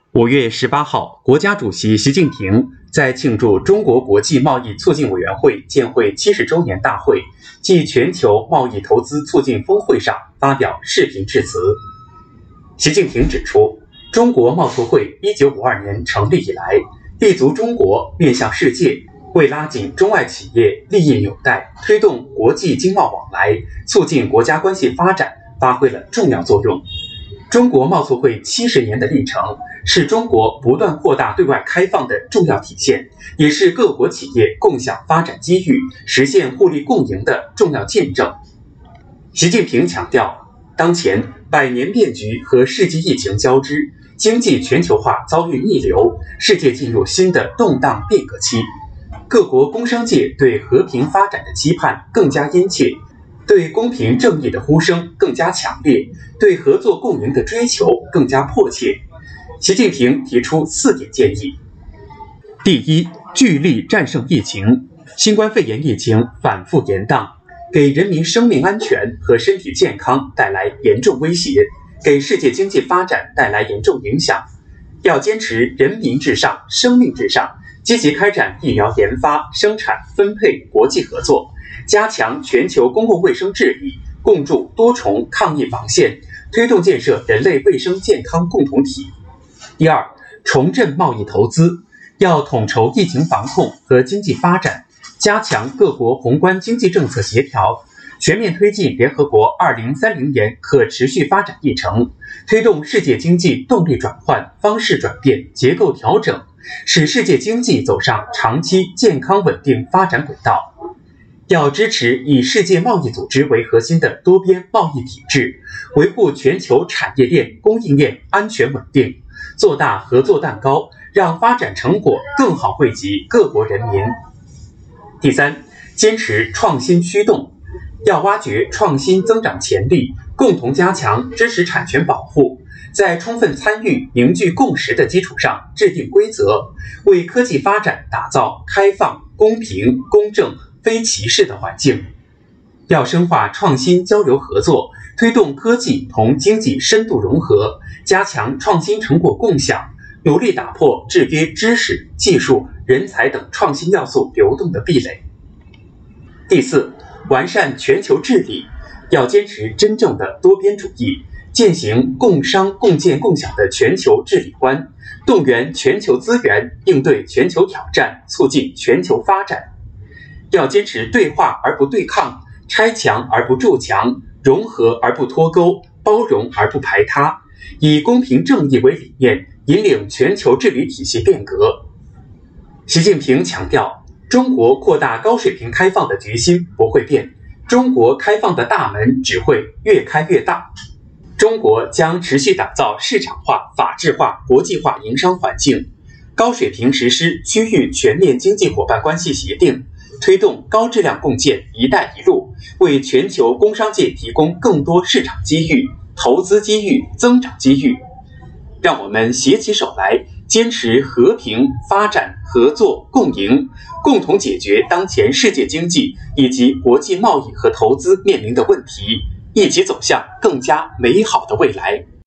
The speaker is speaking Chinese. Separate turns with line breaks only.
5月18号，国家主席习近平在庆祝中国国际贸易促进委员会建会70周年大会暨全球贸易投资促进峰会上发表视频致辞。习近平指出，中国贸促会1952年成立以来，立足中国，面向世界，为拉紧中外企业利益纽带，推动国际经贸往来，促进国家关系发展，发挥了重要作用。中国贸促会70年的历程，是中国不断扩大对外开放的重要体现，也是各国企业共享发展机遇、实现互利共赢的重要见证。习近平强调，当前百年变局和世纪疫情交织，经济全球化遭遇逆流，世界进入新的动荡变革期。各国工商界对和平发展的期盼更加殷切，对公平正义的呼声更加强烈，对合作共赢的追求更加迫切。习近平提出4点建议：第一，聚力战胜疫情。新冠肺炎疫情反复延宕，给人民生命安全和身体健康带来严重威胁，给世界经济发展带来严重影响。要坚持人民至上、生命至上，积极开展疫苗研发、生产、分配国际合作，加强全球公共卫生治理，共筑多重抗疫防线，推动建设人类卫生健康共同体。第二，重振贸易投资，要统筹疫情防控和经济发展，加强各国宏观经济政策协调，全面推进联合国2030年可持续发展议程，推动世界经济动力转换、方式转变、结构调整，使世界经济走上长期健康稳定发展轨道。要支持以世界贸易组织为核心的多边贸易体制，维护全球产业链、供应链安全稳定，做大合作蛋糕，让发展成果更好惠及各国人民。第三，坚持创新驱动，要挖掘创新增长潜力，共同加强知识产权保护，在充分参与、凝聚共识的基础上制定规则，为科技发展打造开放、公平、公正、非歧视的环境。要深化创新交流合作，推动科技同经济深度融合，加强创新成果共享，努力打破制约知识、技术、人才等创新要素流动的壁垒。第四，完善全球治理，要坚持真正的多边主义，践行共商共建共享的全球治理观，动员全球资源，应对全球挑战，促进全球发展。要坚持对话而不对抗，拆墙而不筑墙，融合而不脱钩，包容而不排他，以公平正义为理念，引领全球治理体系变革。习近平强调，中国扩大高水平开放的决心不会变，中国开放的大门只会越开越大。中国将持续打造市场化、法治化、国际化营商环境，高水平实施区域全面经济伙伴关系协定，推动高质量共建“一带一路”，为全球工商界提供更多市场机遇、投资机遇、增长机遇。让我们携起手来，坚持和平、发展、合作、共赢，共同解决当前世界经济以及国际贸易和投资面临的问题，一起走向更加美好的未来。